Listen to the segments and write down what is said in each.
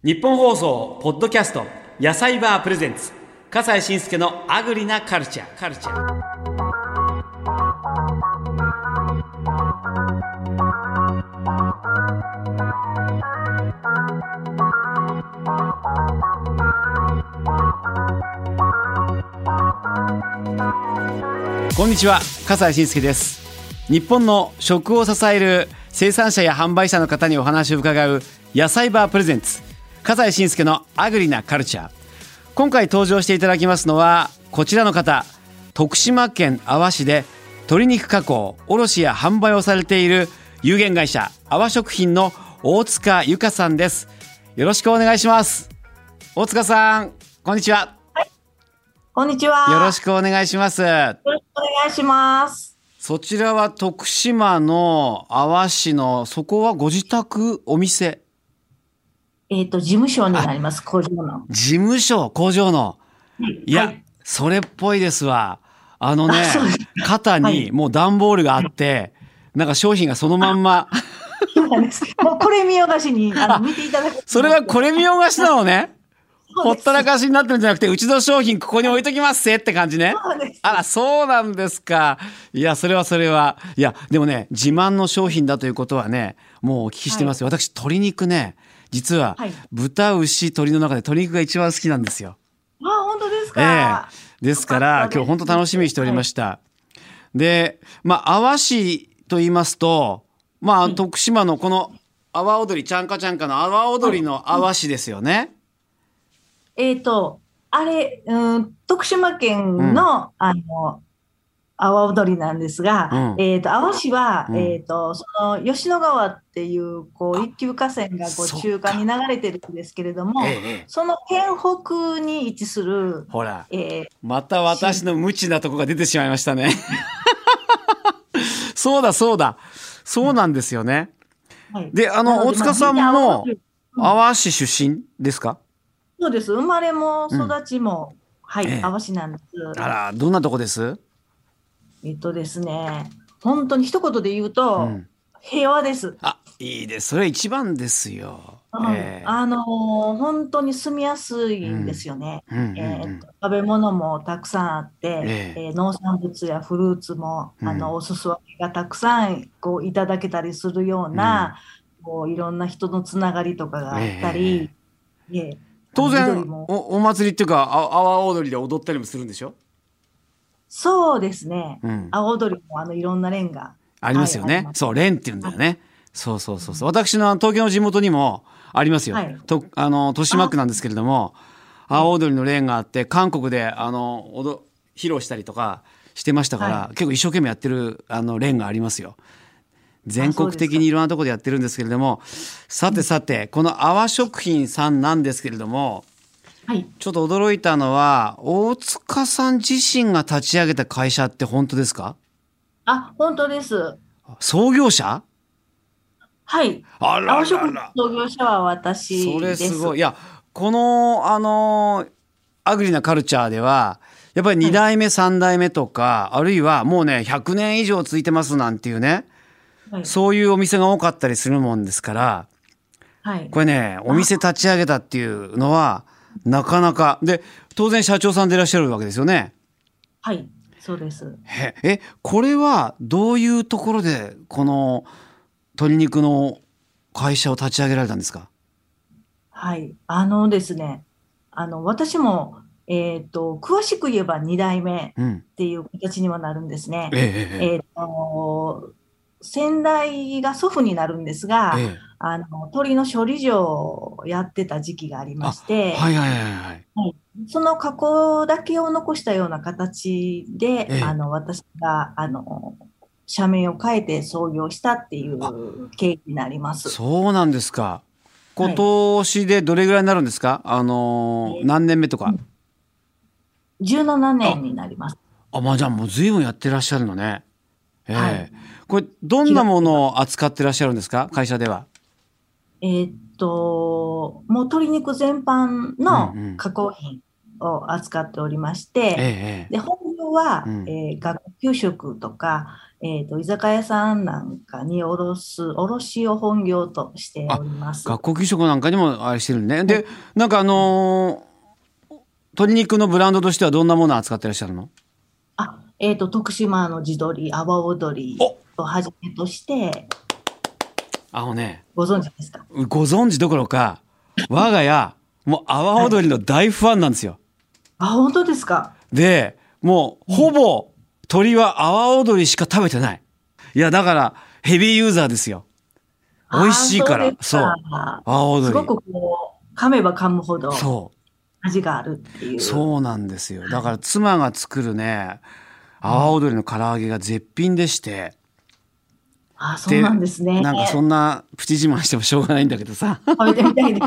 日本放送ポッドキャスト野菜バープレゼンツ笠西慎介のアグリなカルチャー。こんにちは、笠西慎介です。日本の食を支える生産者や販売者の方にお話を伺う野菜バープレゼンツ笠西慎介のアグリなカルチャー。今回登場していただきますのはこちらの方、徳島県阿波市で鶏肉加工、卸や販売をされている有限会社阿波食品の大塚由香さんです。よろしくお願いします。大塚さん、こんにちは。 はい、こんにちは。 よろしくお願いします。よろしくお願いします。 そちらは徳島の阿波市の、そこはご自宅、お店？ 事務所になります。工場の。 事務所、工場の。いや、 はい、 それっぽいですわ。 そうです。 肩にもう段ボールがあって、なんか商品がそのまんま。 そうなんです。もうこれ見よがしに見ていただく。 それはこれ見よがしなのね。ほったらかしになってるんじゃなくて、うちの商品ここに置いときますせって感じね。 そうです。 あら、そうなんですか。いや、それは。いや、でもね、自慢の商品だということはね、もうお聞きしてますよ。私、鶏肉ね、実は、豚、牛、鶏の中で鶏肉が一番好きなんですよ。 本当ですか。 ですから、今日本当楽しみにしておりました。で、阿波市と言いますと、徳島のこの阿波踊り、ちゃんかちゃんかの阿波踊りの阿波市ですよね。 徳島県の、阿波踊りなんですが、阿波市は、その吉野川っていう、一級河川が中間に流れてるんですけれども、その県北に位置する、 ほら、また私の無知なとこが出てしまいましたね。そうだ。そうなんですよね。で、大塚さんも、阿波市出身ですか？ そうです。生まれも育ちも、阿波市なんです。 あら、どんなとこです？ ですね、本当に一言で言うと、平和です。 いいです。それ一番ですよ。 本当に住みやすいんですよね。食べ物もたくさんあって、農産物やフルーツも、お裾分けがたくさんいただけたりするような、いろんな人のつながりとかがあったり、 当然お祭りっていうか、阿波踊りで踊ったりもするんでしょ？ そうですね。阿波踊りもいろんな連がありますよね。そう、連って言うんだよね。そう。私の東京の地元にもありますよ。豊島区なんですけれども、阿波踊りの連があって、韓国で披露したりとかしてましたから、結構一生懸命やってる連がありますよ。全国的にいろんなところでやってるんですけれども、さて、この阿波食品さんなんですけれども、ちょっと驚いたのは、大塚さん自身が立ち上げた会社って本当ですか？ 本当です。 創業者？ はい。 あら阿波食品創業者は私です。 それすごい。いや、このアグリなカルチャーでは、やっぱり2代目、3代目とか、あるいはもうね、100年以上続いてますなんていうね、そういうお店が多かったりするもんですから、これね、お店立ち上げたっていうのは、なかなか。で、当然社長さんでいらっしゃるわけですよね。 はい、そうです。 これはどういうところで、この鶏肉の会社を立ち上げられたんですか？ はい、ですね、私も、詳しく言えば2代目っていう形にはなるんですね。先代が祖父になるんですが、鶏の処理場をやってた時期がありまして、その加工だけを残したような形で、私が社名を変えて創業したっていう経緯になります。 そうなんですか。今年でどれぐらいになるんですか？何年目とか。 17年になります。 じゃあもう随分やってらっしゃるのね。これどんなものを扱ってらっしゃるんですか？会社では。 もう鶏肉全般の加工品を扱っておりまして、で本業は、学校給食とか、 居酒屋さんなんかに卸を本業としております。 学校給食なんかにもあれしてるね。で、なんか鶏肉のブランドとしてはどんなものを扱ってらっしゃるの？ 徳島の地鶏、阿波踊りをはじめとして、ご存知ですか？ ご存知どころか、我が家、もう阿波踊りの大ファンなんですよ。 本当ですか？ で、もう、ほぼ、鳥は阿波踊りしか食べてない。いや、だから、ヘビーユーザーですよ。美味しいから。そう。阿波踊り。 すごく噛めば噛むほど、味があるっていう。 そうなんですよ。だから、妻が作るね、阿波踊りの唐揚げが絶品でして、 そうなんですね。 なんかそんなプチ自慢してもしょうがないんだけどさ。 食べてみたいです。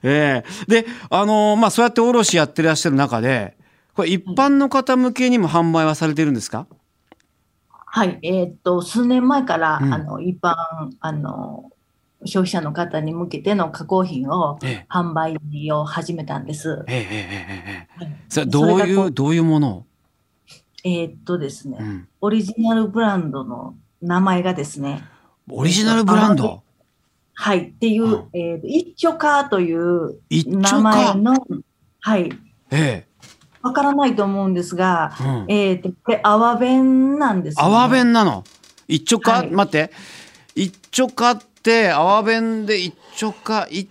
で、そうやって卸やってらっしゃる中で、これ一般の方向けにも販売はされてるんですか？ はい。数年前から、一般、消費者の方に向けての加工品を販売を始めたんです。 それどういうものを？ ですね、オリジナルブランドの名前がですね。 オリジナルブランド？ はい。っていう、一丁カーという名前の、はい。わからないと思うんですが、これ、阿波弁なんですね。 阿波弁なの？一丁カー、待って。一丁カーって、阿波弁で一丁カー、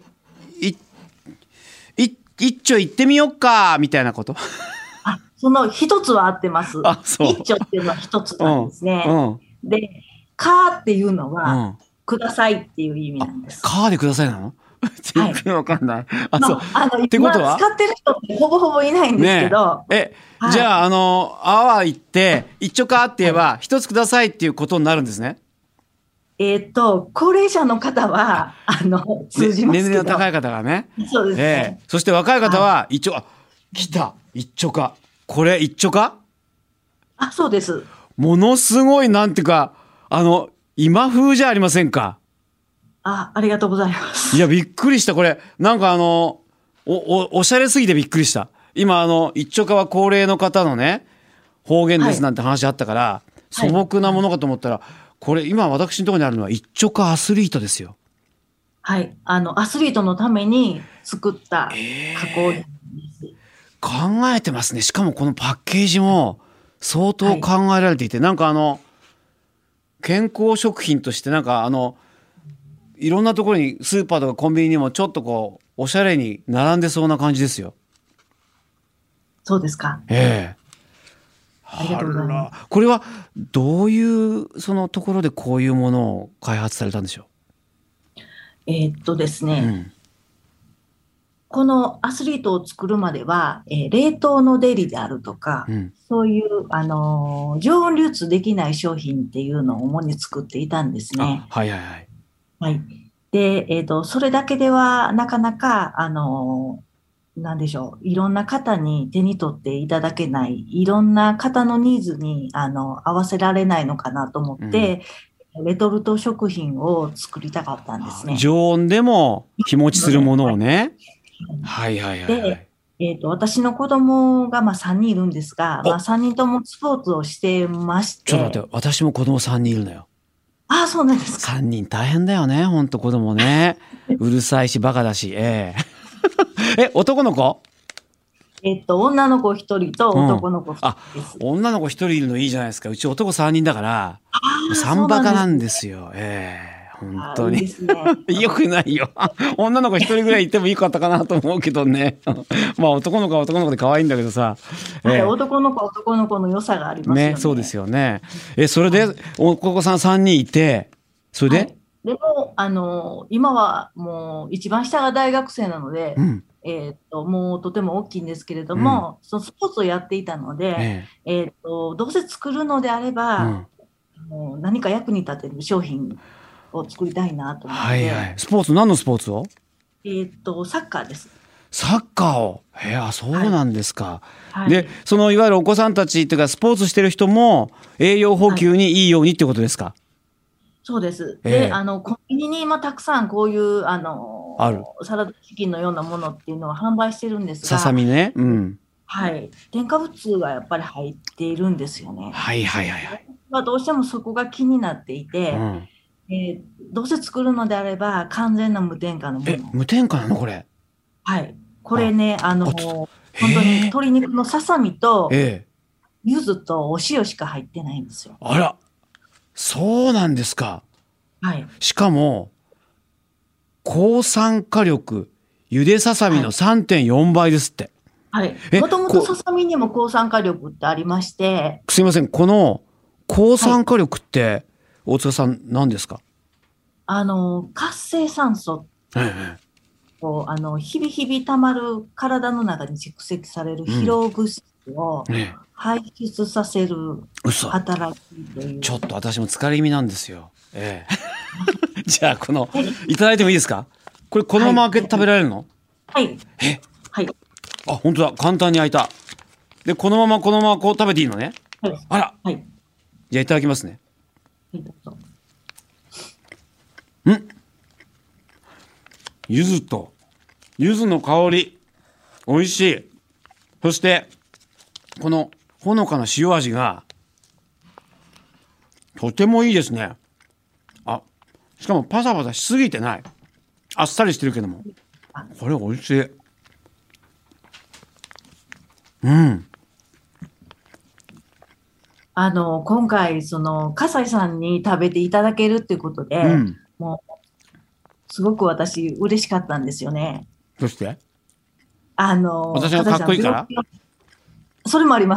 一丁行ってみよっか、みたいなこと？ その一つは合ってます。一丁っていうのは一つなんですね。で、カーっていうのは、くださいっていう意味なんです。 カーでくださいなの？全然わかんない。そう。 ってことは使ってる人ってほぼほぼいないんですけど。 じゃあ、阿波行って、一丁カーって言えば、一つくださいっていうことになるんですね。 高齢者の方は、通じますけど。 年齢の高い方がね。 そうですね。 そして若い方は、一丁、来た、一丁カー。これ一丁カー？そうです。 ものすごい、なんていうか、今風じゃありませんか。 ありがとうございます。 いや、びっくりした。これ、なんかおしゃれすぎてびっくりした。今、一丁カーは高齢の方のね、方言ですなんて話あったから、素朴なものかと思ったら、これ、今私のところにあるのは一丁カーアスリートですよ。 はい。アスリートのために作った加工品です。 考えてますね。しかもこのパッケージも相当考えられていて、なんか健康食品としてなんかいろんなところにスーパーとかコンビニにもちょっとこうおしゃれに並んでそうな感じですよ。 そうですか。ありがとうございます。 これはどういうそのところでこういうものを開発されたんでしょう？ですね。このアスリートを作るまでは、冷凍のデリであるとか、そういう、常温流通できない商品っていうのを主に作っていたんですね。 はい。 で、それだけではなかなか、なんでしょう、いろんな方に手に取っていただけない、いろんな方のニーズに、合わせられないのかなと思って、レトルト食品を作りたかったんですね。 常温でも日持ちするものをね。 で、私の子供が3人いるんですが、3人ともスポーツをしてまして。 ちょっと待って、私も子供3人いるのよ。 そうなんですか。 3人大変だよね、ほんと子供ね。うるさいし、バカだし。男の子？ 女の子1人と男の子2人です。 女の子1人いるのいいじゃないですか。うち男3人だから、3バカなんですよ。本当に。よくないよ。女の子一人ぐらいいてもいいかったかなと思うけどね。男の子は男の子で可愛いんだけどさ。 男の子は男の子の良さがありますよね。 そうですよね。それで、お子さん3人いて、それで？ でも、今はもう一番下が大学生なので、もうとても大きいんですけれども、そのスポーツをやっていたので、どうせ作るのであれば、何か役に立てる商品を作りたいなと思って。 スポーツ、何のスポーツを？ サッカーです。 サッカーを。そうなんですか。で、いわゆるお子さんたちっていうか、スポーツしてる人も栄養補給にいいようにってことですか？ そうです。で、コンビニに今たくさんこういう、サラダチキンのようなものっていうのは販売してるんですが。 ささみね。 はい。添加物がやっぱり入っているんですよね。 はいはいはいはい。 まあ、どうしてもそこが気になっていて、 うん。 どうせ作るのであれば完全な無添加のもの。 無添加なのこれ？ はい。これあ、 ね、本当にへえ。 鶏肉のささみと、 ええ。 柚子とお塩しか入ってないんですよ。 あら、そうなんですか。 はい。 しかも、抗酸化力、ゆでささみのはい。 3.4倍ですって。 はい。 え、 もともとささみにも抗酸化力ってありまして、 すいません。この抗はい。 酸化力って、大塚さん何ですか？ 活性酸素ええ。 を、日々日々たまる体の中に蓄積されるうん。 疲労物質をねえ。 排出させる嘘。 働きという。 ちょっと私も疲れ気味なんですよ。ええ。じゃあ、 え、 いただいてもいいですか？これ、このはい。 まま開けて食べられるの？ はい。 え、 はい。 あ、本当だ。簡単に開いた。で、このままこう食べていいのね。 はい。 あら。 はい。 じゃあ、いただきますね。 はい、どうぞ。 柚子と、柚子の香り。美味しい。そして、このほのかな塩味が、とてもいいですね。あ、しかもパサパサしすぎてない。あっさりしてるけども。 あ、 これ美味しい。うん。 今回、笠井さんに食べていただけるっていうことで、 うん。 もう、すごく私、嬉しかったんですよね。 そして、私がか笠井さん、 っこいいから？ それもあります。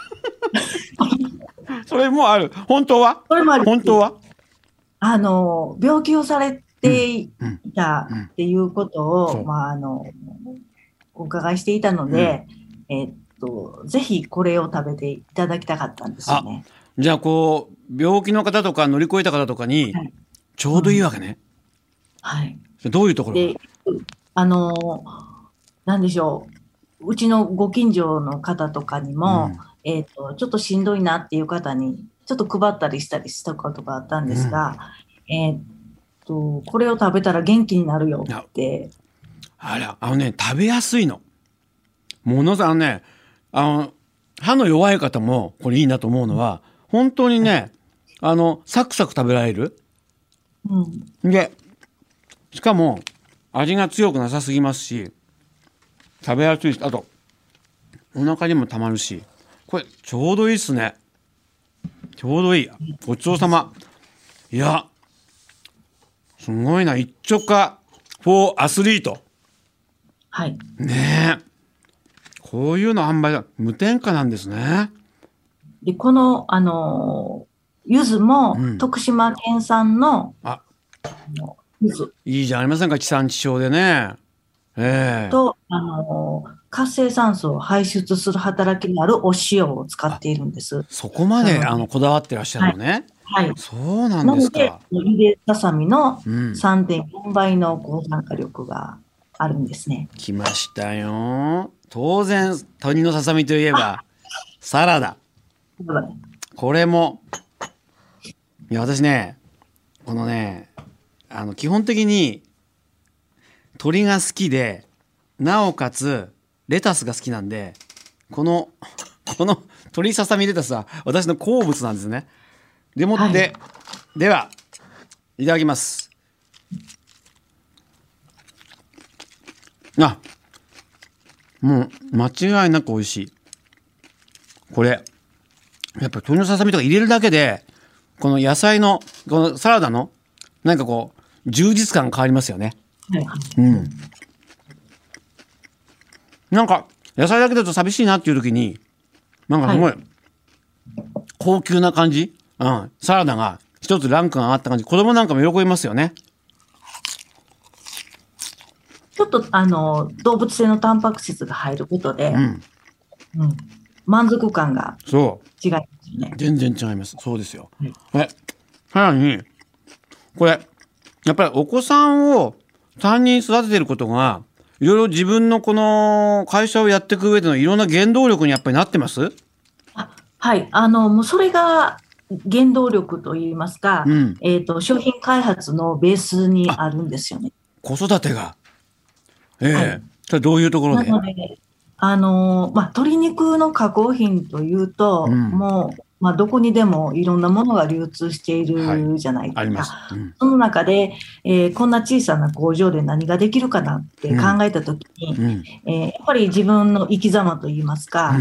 それもある。本当は？ それもあるし、 本当は？ 病気をされうん。 ていうん。 たうん。 っていうことを、 そう。 お伺いしていたのうん。 で、ぜひこれを食べていただきたかったんですよあ、 ね。 じゃあこう、病気の方とか乗り越えた方とかに、 はい。 ちょうどいいうん。 わけね。 はい。 どういうところが？ で、あの、なんでしょう。うちのご近所の方とかにも、 うん。 ちょっとしんどいなっていう方に、ちょっと配ったりしたりしたことがあったんうん。 ですが、えーっこれを食べたら元気になるよあ、 って、 あら、食べやすいの。ものすごい、あの、歯の弱い方も、これいいなと思うのは、本当にね、サクサク食べられる。 うん。 で、しかも、味が強くなさすぎますし、食べやすいし、あと、お腹にもたまるし、これ、ちょうどいいっすね。ちょうどいい。ごちそうさま。いや、すごいな。一丁化フォーアスリート。 はい。 ねえ。こういうの販売だ。無添加なんですね。 で、この、柚子もうん。 徳島県産の、 あ、 柚子いいじゃありませんか。地産地消でね。ええ。 と、活性酸素を排出する働きのあるお塩を使っあ、 ているんです。 そこまで、 なので、 こだわってらっしゃるはい。 のね。 はい。 そうなんなので、 ですか。 ゆでささみのうん。 3.4倍の抗酸化力があるんですね。 来ましたよ。当然、鶏のささみといえあ、 ば、サラダ。 そうだね。 これも、いや、私ね、このね、基本的に鶏が好きで、なおかつ、レタスが好きなんで、この、この鶏ささみレタスは私の好物なんですね。でもっはい。 て、では、いただきます。あ、もう、間違いなく美味しい。これ、やっぱ鶏のささみとか入れるだけで、この野菜の、このサラダの、なんかこう、充実感変わりますよね。 はい。 うん。なんか、野菜だけだと寂しいなっていう時に、なんかはい。 すごい、高級な感じ。うん。サラダが、一つランクが上がった感じ。子供なんかも喜びますよね。 ちょっと、動物性のタンパク質が入ることで、 うん。 うん、満足感がそ違いますよう。 ね。 全然違います。そうですよ。 はい。 さらに、これ、やっぱりお子さんを担任育ててることが、いろいろ自分のこの会社をやっていく上でのいろんな原動力にやっぱりなってます？ あ、はい。もうそれが原動力といいますか、 うん。 商品開発のベースにあ、 あるんですよね。 子育てが。えはい。 え。それどういうところで？ なので、 鶏肉の加工品というと、もう、どこにでもいろんなものが流通しているじゃないですか。その中で、こんな小さな工場で何ができるかなって考えたときに、やっぱり自分の生き様といいますか、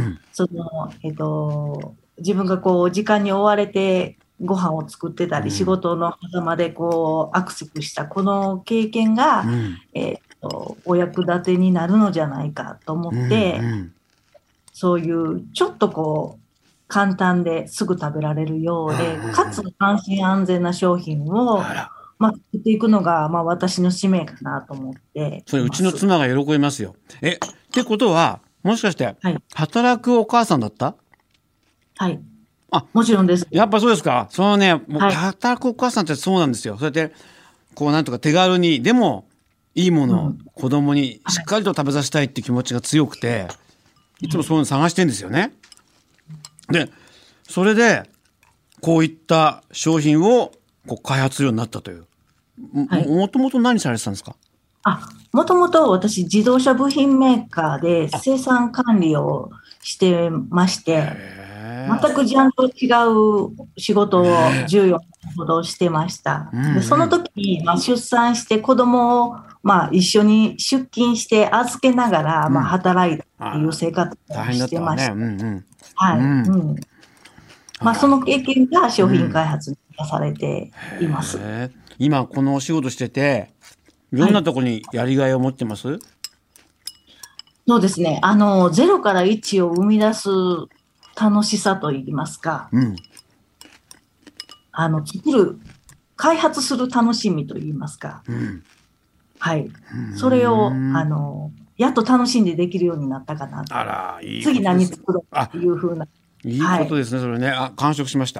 自分が時間に追われてご飯を作ってたり、仕事の狭間で握手したこの経験が、お役立てになるのじゃないかと思って、そういうちょっと簡単ですぐ食べられるようで、かつ安心安全な商品を、作っていくのが、私の使命かなと思って。 それうちの妻が喜びますよ。ってことは、もしかして、働くお母さんだった？ はい。もちろんです。 やっぱそうですか。もう働くお母さんってそうなんですよ。そうやって、なんとか手軽に、でも、いいものを子供にしっかりと食べさせたいって気持ちが強くて、いつもそういうの探してんですよね。で、それで、こういった商品を開発するようになったという。もともと何されてたんですか？ もともと私、自動車部品メーカーで生産管理をしてまして、全くジャンルと違う仕事を14年ほどしてました。でその時に、出産して子供を、一緒に出勤して預けながら、働いたっていう生活をしてました。その経験が商品開発に生かされています。 今このお仕事してて、どんなところにやりがいを持ってます？ そうですね。0から1を生み出す楽しさといいますか、開発する楽しみといいますか、それを、やっと楽しんでできるようになったかなと。次何作ろうっていうふうな。 いいことですね、それね。完食しました。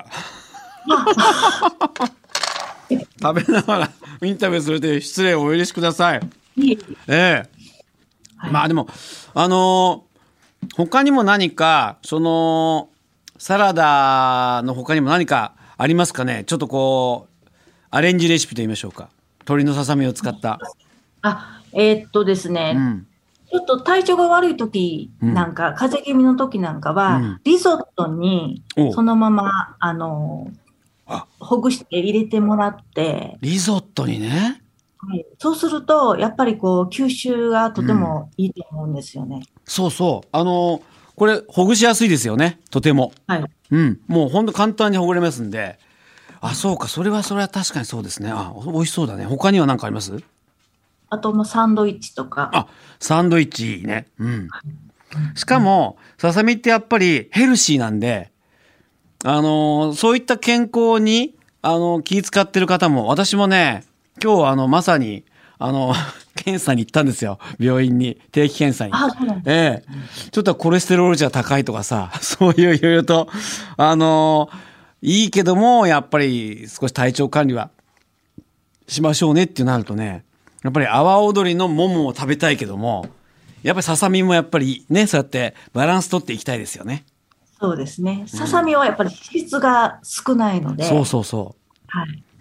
食べながらインタビューするって失礼をお許しください。でも他にも何かサラダの他にも何かありますかね？ちょっとアレンジレシピと言いましょうか。鶏のささみを使った。 ですね、ちょっと体調が悪い時なんか、風邪気味の時なんかは、リゾットにそのままほぐして入れてもらって。 リゾットにね。 そうするとやっぱり吸収がとてもいいと思うんですよね。 そうそう。これほぐしやすいですよね、とても。もうほんと簡単にほぐれますんで。そうか、それは確かにそうですね。美味しそうだね。他には何かあります？ あとサンドイッチとか。 サンドイッチいいね。しかもささみってやっぱりヘルシーなんで、そういった健康に気遣ってる方も、私もね、今日まさに検査に行ったんですよ。病院に、定期検査に。ちょっとコレステロール値が高いとかさ、そういういろいろといいけども、やっぱり少し体調管理はしましょうねってなるとね、やっぱり阿波踊りのももを食べたいけども、やっぱりささみもやっぱりね、そうやってバランス取っていきたいですよね。 そうですね。ささみはやっぱり脂質が少ないので。 そう。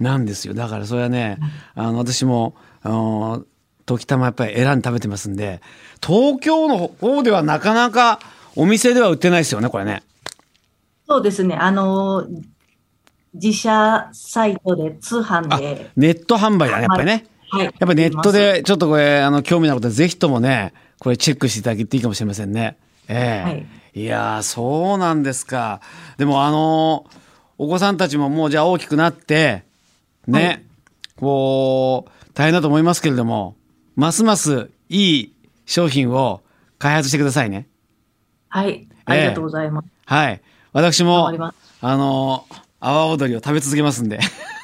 なんですよ。だからそれはね、私も時たまやっぱり選んで食べてますんで、東京の方ではなかなかお店では売ってないですよね、これね。 そうですね。自社サイトで通販で。 ネット販売だね、やっぱりね。やっぱりネットでちょっとこれ興味のある方ぜひともね、これチェックしていただけていいかもしれませんね。いやー、そうなんですか。でもお子さんたちももうじゃあ大きくなってね、大変だと思いますけれども、ますますいい商品を開発してくださいね。 ありがとうございます。 私も阿波踊りを食べ続けますんで。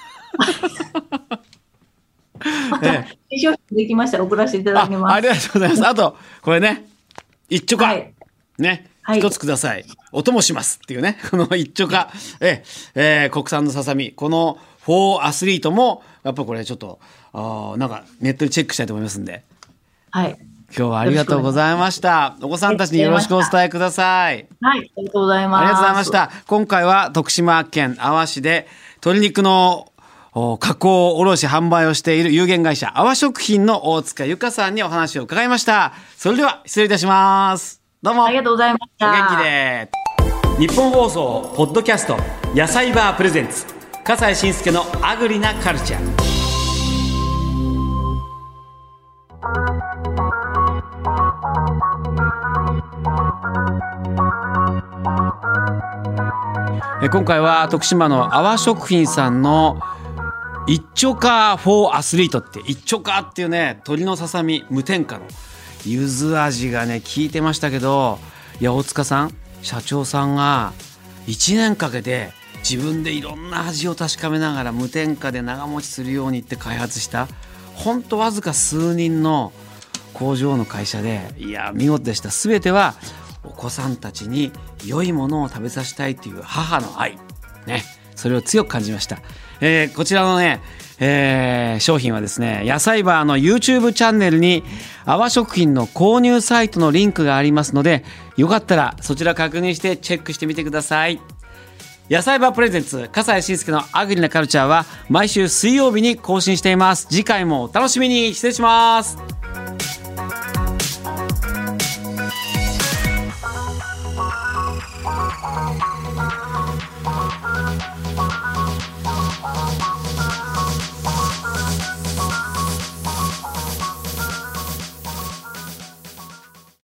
商品できましたら送らせていただきます。 ありがとうございます。あとこれね、一丁かね、一つください。お供しますっていうね、この一丁か、国産のささみ、このフォーアスリートもやっぱこれちょっとなんかネットでチェックしたいと思いますんで。今日はありがとうございました。お子さんたちによろしくお伝えください。 ありがとうございます。 ありがとうございました。今回は徳島県阿波市で鶏肉の加工、卸、販売をしている有限会社阿波食品の大塚由香さんにお話を伺いました。それでは失礼いたします。 どうもありがとうございました。 お元気で。日本放送ポッドキャスト野菜バープレゼンツ笠西慎介のアグリなカルチャー。今回は徳島の阿波食品さんの一丁化フォーアスリートって一丁化っていうね、鶏のささみ無添加の柚子味がね効いてましたけど、いや大塚さん社長さんが1年かけて自分でいろんな味を確かめながら無添加で長持ちするようにって開発したほんとわずか数人の工場の会社で、いや見事でした。全てはお子さんたちに良いものを食べさせたいという母の愛ね、それを強く感じました。こちらのね、商品はですね、野菜バーの YouTube チャンネルに阿波食品の購入サイトのリンクがありますので、よかったらそちら確認してチェックしてみてください。野菜バープレゼンツ笠西慎介のアグリなカルチャーは毎週水曜日に更新しています。次回もお楽しみに。失礼します。